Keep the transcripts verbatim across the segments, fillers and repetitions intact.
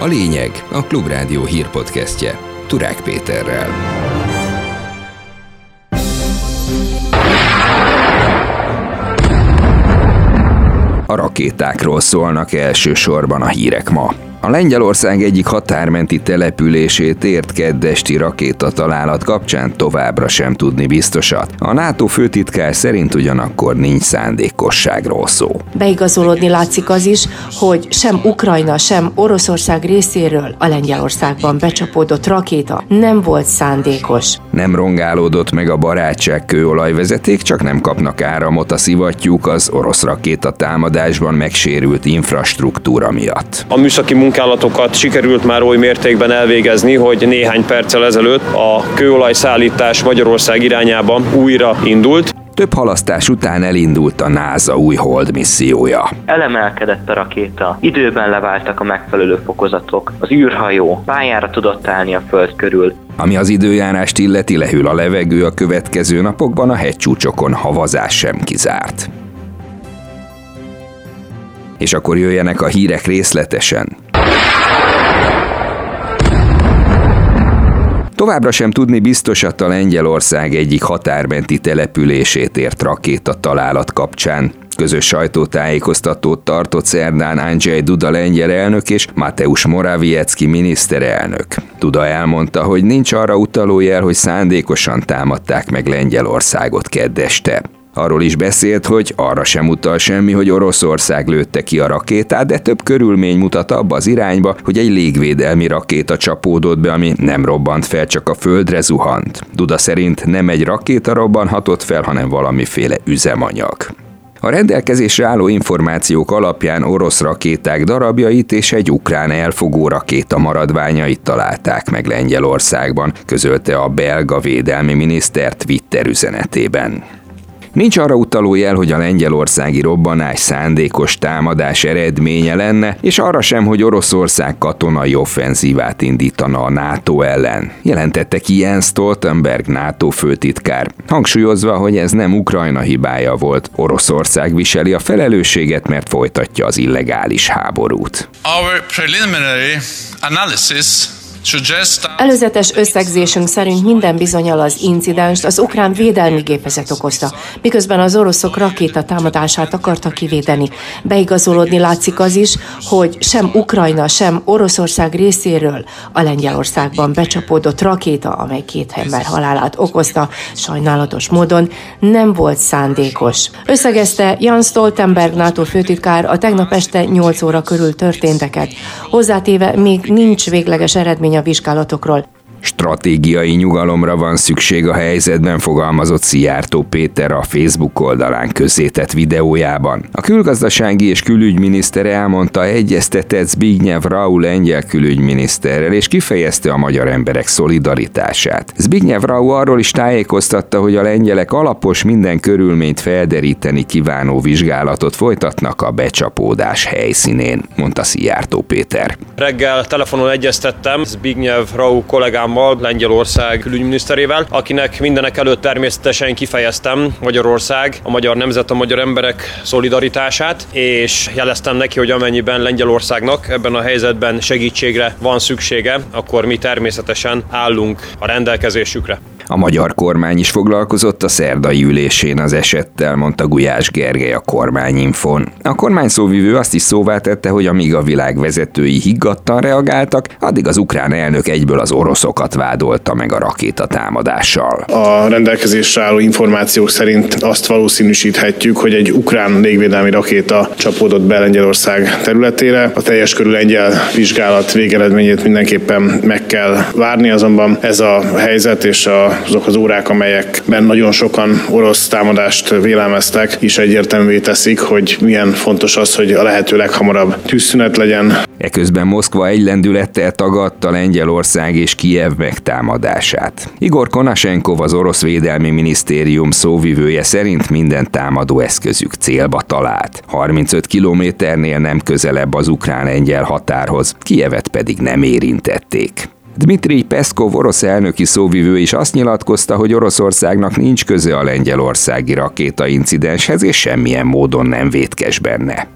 A lényeg a Klubrádió hírpodcastje Turák Péterrel. A rakétákról szólnak elsősorban a hírek ma. A Lengyelország egyik határmenti települését ért kedd esti rakétatalálat kapcsán továbbra sem tudni biztosat. A NATO főtitkár szerint ugyanakkor nincs szándékosságról szó. Beigazolódni látszik az is, hogy sem Ukrajna, sem Oroszország részéről a Lengyelországban becsapódott rakéta nem volt szándékos. Nem rongálódott meg a barátság kőolajvezeték, csak nem kapnak áramot a szivattyúk az orosz rakéta támadásban megsérült infrastruktúra miatt. A műszaki munkálatokat sikerült már oly mértékben elvégezni, hogy néhány perccel ezelőtt a kőolajszállítás Magyarország irányába újra indult. Több halasztás után elindult a NASA új hold missziója. Elemelkedett a rakéta, időben leváltak a megfelelő fokozatok, az űrhajó pályára tudott állni a Föld körül. Ami az időjárást illeti, lehűl a levegő, a következő napokban a hegycsúcsokon havazás sem kizárt. És akkor jöjjenek a hírek részletesen. Továbbra sem tudni biztosat a Lengyelország egyik határmenti települését ért rakétatalálat kapcsán. Közös sajtótájékoztatót tartott szerdán Andrzej Duda lengyel elnök és Mateusz Morawiecki miniszterelnök. Duda elmondta, hogy nincs arra utaló jel, hogy szándékosan támadták meg Lengyelországot kedd este. Arról is beszélt, hogy arra sem utal semmi, hogy Oroszország lőtte ki a rakétát, de több körülmény mutat abba az irányba, hogy egy légvédelmi rakéta csapódott be, ami nem robbant fel, csak a földre zuhant. Duda szerint nem egy rakéta robbanhatott fel, hanem valamiféle üzemanyag. A rendelkezésre álló információk alapján orosz rakéták darabjait és egy ukrán elfogó rakéta maradványait találták meg Lengyelországban, közölte a belga védelmi miniszter Twitter üzenetében. Nincs arra utaló jel, hogy a lengyelországi robbanás szándékos támadás eredménye lenne, és arra sem, hogy Oroszország katonai offenzívát indítana a NATO ellen, jelentette ki Jens Stoltenberg NATO főtitkár, hangsúlyozva, hogy ez nem Ukrajna hibája volt, Oroszország viseli a felelősséget, mert folytatja az illegális háborút. Our preliminary analysis Előzetes összegzésünk szerint minden bizonnyal az incidenst az ukrán védelmi gépezet okozta, miközben az oroszok rakéta támadását akartak kivédeni. Beigazolódni látszik az is, hogy sem Ukrajna, sem Oroszország részéről a Lengyelországban becsapódott rakéta, amely két ember halálát okozta, sajnálatos módon nem volt szándékos. Összegezte Jens Stoltenberg NATO főtitkár a tegnap este nyolc óra körül történteket. Hozzátéve még nincs végleges eredmény a vizsgálatokról. Stratégiai nyugalomra van szükség a helyzetben, fogalmazott Szijjártó Péter a Facebook oldalán közzétett videójában. A külgazdasági és külügyminiszter elmondta, egyeztetett Zbigniew Rau lengyel külügyminiszterrel, és kifejezte a magyar emberek szolidaritását. Zbigniew Rau arról is tájékoztatta, hogy a lengyelek alapos, minden körülményt felderíteni kívánó vizsgálatot folytatnak a becsapódás helyszínén, mondta Szijjártó Péter. Reggel telefonon egyeztettem Zbigniew Rau kollégám Lengyelország külügyminiszterével, akinek mindenek előtt természetesen kifejeztem Magyarország, a magyar nemzet, a magyar emberek szolidaritását, és jeleztem neki, hogy amennyiben Lengyelországnak ebben a helyzetben segítségre van szüksége, akkor mi természetesen állunk a rendelkezésükre. A magyar kormány is foglalkozott a szerdai ülésén az esettel, mondta Gulyás Gergely a Kormányinfón. A kormány szóvivő azt is szóvá tette, hogy amíg a világ vezetői higgadtan reagáltak, addig az ukrán elnök egyből az oroszokat vádolta meg a rakétatámadással. A rendelkezésre álló információk szerint azt valószínűsíthetjük, hogy egy ukrán légvédelmi rakéta csapódott be Lengyelország területére. A teljes körű lengyel vizsgálat végeredményét mindenképpen meg kell várni, azonban ez a helyzet és azok az órák, amelyekben nagyon sokan orosz támadást vélelmeztek, is egyértelművé teszik, hogy milyen fontos az, hogy a lehető leghamarabb tűzszünet legyen. Eközben Moszkva egy lendülettel tagadta Lengyelország és Kijev megtámadását. Igor Konasenkov, az orosz védelmi minisztérium szóvivője szerint minden támadó eszközük célba talált. harmincöt kilométernél nem közelebb az ukrán-lengyel határhoz, Kijevet pedig nem érintették. Dmitrij Peszkov orosz elnöki szóvivő is azt nyilatkozta, hogy Oroszországnak nincs köze a lengyelországi rakétaincidenshez, és semmilyen módon nem vétkes benne.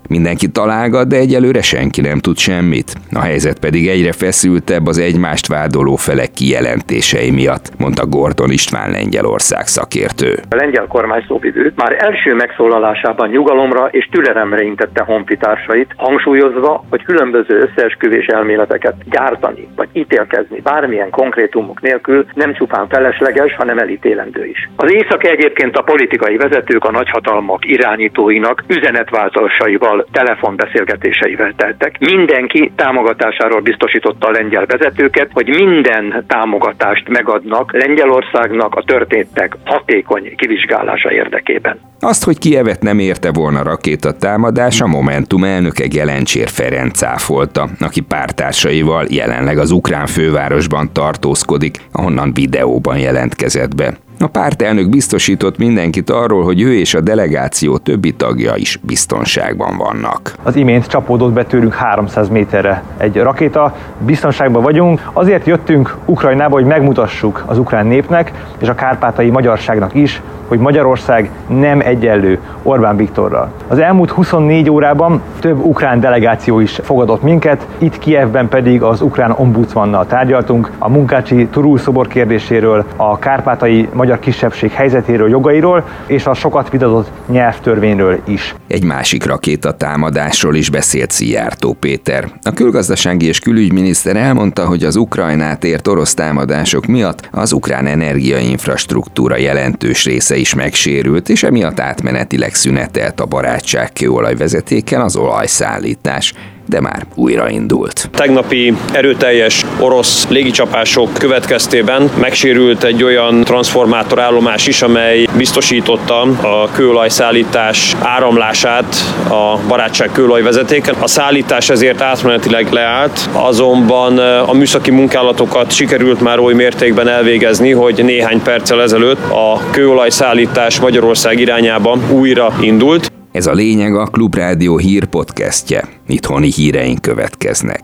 Mindenki találgat, de egyelőre senki nem tud semmit. A helyzet pedig egyre feszültebb az egymást vádoló felek kijelentései miatt, mondta Gordon István Lengyelország szakértő. A lengyel kormány szóvivő már első megszólalásában nyugalomra és türelemre intette honfitársait, hangsúlyozva, hogy különböző összeesküvés elméleteket gyártani vagy ítélkezni bármilyen konkrétumok nélkül nem csupán felesleges, hanem elítélendő is. Az északi egyébként a politikai vezetők a nagyhatalmak irányítóinak üzenetváltásaival, telefonbeszélgetéseivel teltek. Mindenki támogatásáról biztosította a lengyel vezetőket, hogy minden támogatást megadnak Lengyelországnak a történtek hatékony kivizsgálása érdekében. Azt, hogy Kijevet nem érte volna rakétatámadás, a Momentum elnöke Gelencsér Ferenc cáfolta, aki pártársaival jelenleg az ukrán fővárosban tartózkodik, ahonnan videóban jelentkezett be. A pártelnök biztosított mindenkit arról, hogy ő és a delegáció többi tagja is biztonságban vannak. Az imént csapódott be tőlünk háromszáz méterre egy rakéta, biztonságban vagyunk, azért jöttünk Ukrajnába, hogy megmutassuk az ukrán népnek és a kárpátai magyarságnak is, hogy Magyarország nem egyenlő Orbán Viktorral. Az elmúlt huszonnégy órában több ukrán delegáció is fogadott minket, itt Kijevben pedig az ukrán ombudsmannal tárgyaltunk a Munkácsi Turul szobor kérdéséről, a kárpátai magyar kisebbség helyzetéről, jogairól és a sokat vitatott nyelvtörvényről is. Egy másik rakétatámadásról is beszélt Szijjártó Péter. A külgazdasági és külügyminiszter elmondta, hogy az Ukrajnát ért orosz támadások miatt az ukrán energiainfrastruktúra jelentős része is megsérült, és emiatt átmenetileg szünetelt a barátságkőolajvezetéken az olajszállítás, de már újraindult. Tegnapi erőteljes orosz légicsapások következtében megsérült egy olyan transformátorállomás is, amely biztosította a kőolajszállítás áramlását a barátság kőolajvezetéken. A szállítás ezért átmenetileg leállt, azonban a műszaki munkálatokat sikerült már oly mértékben elvégezni, hogy néhány perccel ezelőtt a kőolajszállítás Magyarország irányába újra indult. Ez a lényeg a Klubrádió hírpodcastje. Itthoni híreink következnek.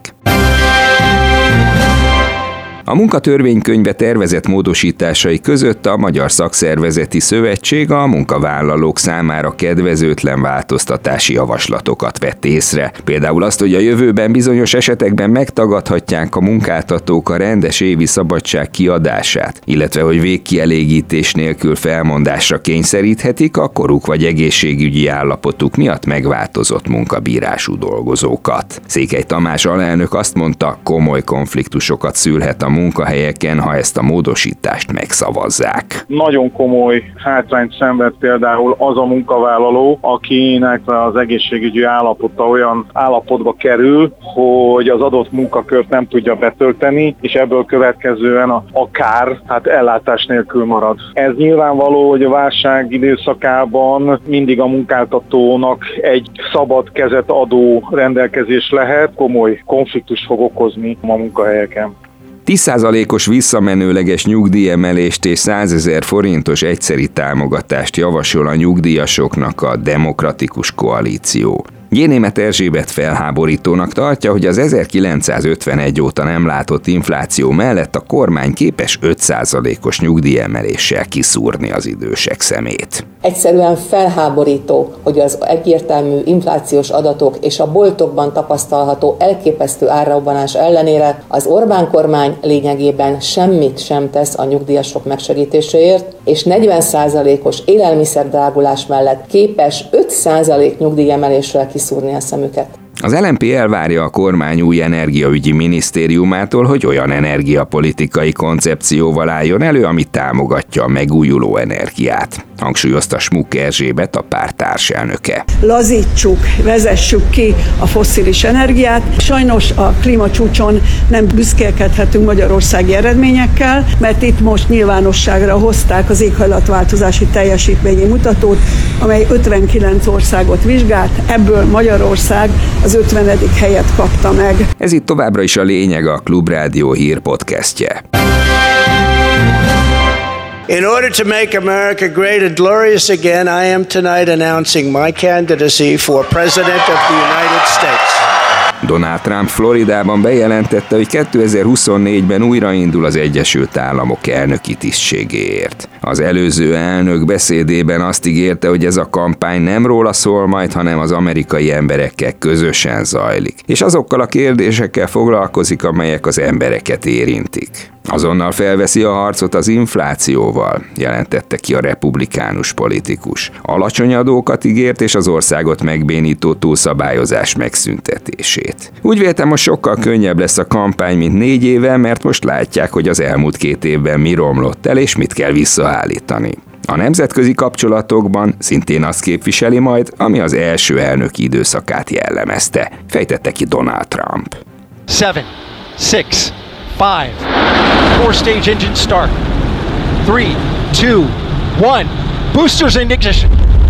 A munkatörvénykönyve tervezett módosításai között a Magyar Szakszervezeti Szövetség a munkavállalók számára kedvezőtlen változtatási javaslatokat vett észre. Például azt, hogy a jövőben bizonyos esetekben megtagadhatják a munkáltatók a rendes évi szabadság kiadását, illetve hogy végkielégítés nélkül felmondásra kényszeríthetik a koruk vagy egészségügyi állapotuk miatt megváltozott munkabírású dolgozókat. Székely Tamás alelnök azt mondta, komoly konfliktusokat szülhet a munkahelyeken, ha ezt a módosítást megszavazzák. Nagyon komoly hátrányt szenved például az a munkavállaló, akinek az egészségügyi állapota olyan állapotba kerül, hogy az adott munkakört nem tudja betölteni, és ebből következően a, a kár hát ellátás nélkül marad. Ez nyilvánvaló, hogy a válság időszakában mindig a munkáltatónak egy szabad kezet adó rendelkezés lehet, komoly konfliktus fog okozni a munkahelyeken. tíz százalékos visszamenőleges nyugdíjemelést és százezer forintos egyszeri támogatást javasol a nyugdíjasoknak a Demokratikus Koalíció. Gyénémet Erzsébet felháborítónak tartja, hogy az ezerkilencszázötvenegy óta nem látott infláció mellett a kormány képes öt százalékos nyugdíjemeléssel kiszúrni az idősek szemét. Egyszerűen felháborító, hogy az egyértelmű inflációs adatok és a boltokban tapasztalható elképesztő árrobbanás ellenére az Orbán kormány lényegében semmit sem tesz a nyugdíjasok megsegítéséért, és negyven százalékos élelmiszerdrágulás mellett képes öt százalék nyugdíjemeléssel kiszúrni a szemüket. Az el en pé elvárja a kormány új energiaügyi minisztériumától, hogy olyan energiapolitikai koncepcióval álljon elő, ami támogatja a megújuló energiát, hangsúlyozta Smuk Erzsébet, a párt társelnöke. Lazítsuk, vezessük ki a fosszilis energiát. Sajnos a klímacsúcson nem büszkélkedhetünk magyarországi eredményekkel, mert itt most nyilvánosságra hozták az éghajlatváltozási teljesítményi mutatót, amely ötvenkilenc országot vizsgált, ebből Magyarország az ötvenedik helyet kapta meg. Ez itt továbbra is a lényeg, a Klubrádió hírpodcastje. In order to make America great and glorious again, I am tonight announcing my candidacy for President of the United States. Donald Trump Floridában bejelentette, hogy kétezer-huszonnégyben újraindul az Egyesült Államok elnöki tisztségéért. Az előző elnök beszédében azt ígérte, hogy ez a kampány nem róla szól majd, hanem az amerikai emberekkel közösen zajlik, és azokkal a kérdésekkel foglalkozik, amelyek az embereket érintik. Azonnal felveszi a harcot az inflációval, jelentette ki a republikánus politikus. Alacsony adókat ígért és az országot megbénító túlszabályozás megszüntetését. Úgy véltem, most sokkal könnyebb lesz a kampány, mint négy éve, mert most látják, hogy az elmúlt két évben mi romlott el és mit kell visszaállítani. A nemzetközi kapcsolatokban szintén azt képviseli majd, ami az első elnöki időszakát jellemezte, fejtette ki Donald Trump. Seven, six, five, four stage engine start. Three, two, one. Boosters in ignition.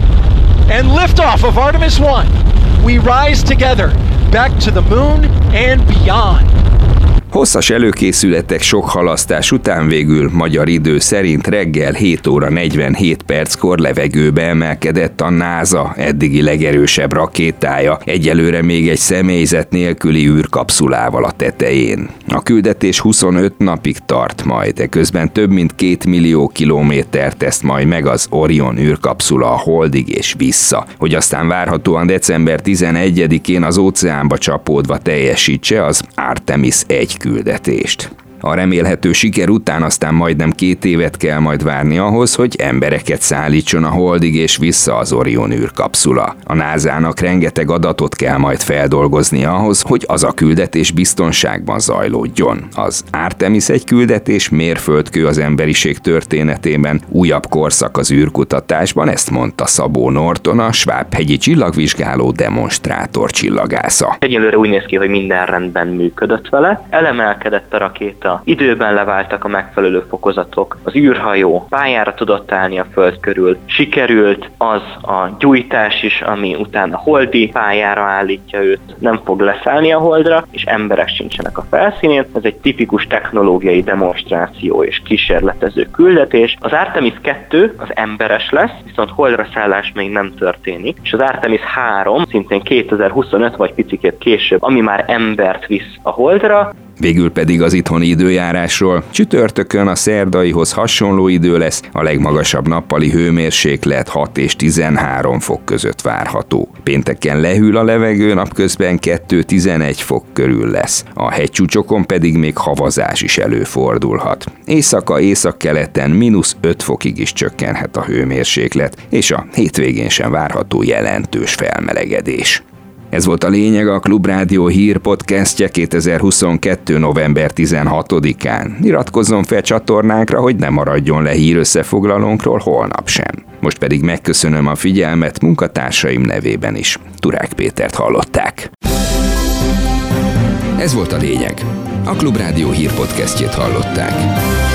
And liftoff of Artemis one. We rise together back to the moon and beyond. Hosszas előkészületek, sok halasztás után végül magyar idő szerint reggel hét óra negyvenhét perckor levegőbe emelkedett a NASA eddigi legerősebb rakétája, egyelőre még egy személyzet nélküli űrkapszulával a tetején. A küldetés huszonöt napig tart majd, eközben több mint két millió kilométert tesz majd meg az Orion űrkapszula a Holdig és vissza, hogy aztán várhatóan december tizenegyedikén az óceánba csapódva teljesítse az Artemis egy küldetést. A remélhető siker után aztán majdnem két évet kell majd várni ahhoz, hogy embereket szállítson a Holdig és vissza az Orion űrkapszula. A nászának rengeteg adatot kell majd feldolgozni ahhoz, hogy az a küldetés biztonságban zajlódjon. Az Artemis egy küldetés mérföldkő az emberiség történetében, újabb korszak az űrkutatásban, ezt mondta Szabó Norton, a Sváb-hegyi csillagvizsgáló demonstrátor csillagásza. Egyelőre úgy néz ki, hogy minden rendben működött vele, elemelkedett a rakéta, időben leváltak a megfelelő fokozatok, az űrhajó pályára tudott állni a Föld körül, sikerült az a gyújtás is, ami utána holdi pályára állítja őt, nem fog leszállni a Holdra, és emberek sincsenek a felszínén. Ez egy tipikus technológiai demonstráció és kísérletező küldetés. Az Artemis kettő az emberes lesz, viszont Holdra szállás még nem történik, és az Artemis három szintén kétezer-huszonöt vagy picikét később, ami már embert visz a Holdra. Végül pedig az itthoni időjárásról. Csütörtökön a szerdaihoz hasonló idő lesz, a legmagasabb nappali hőmérséklet hat és tizenhárom fok között várható. Pénteken lehűl a levegő, napközben kettő-tizenegy fok körül lesz. A hegycsúcsokon pedig még havazás is előfordulhat. Éjszaka északkeleten mínusz öt fokig is csökkenhet a hőmérséklet, és a hétvégén sem várható jelentős felmelegedés. Ez volt a lényeg, a Klubrádió hírpodcastje kétezer-huszonkettő. november tizenhatodikán. Iratkozzon fel csatornánkra, hogy ne maradjon le hírösszefoglalónkról holnap sem. Most pedig megköszönöm a figyelmet munkatársaim nevében is. Turák Pétert hallották. Ez volt a lényeg. A Klubrádió hírpodcastjét hallották.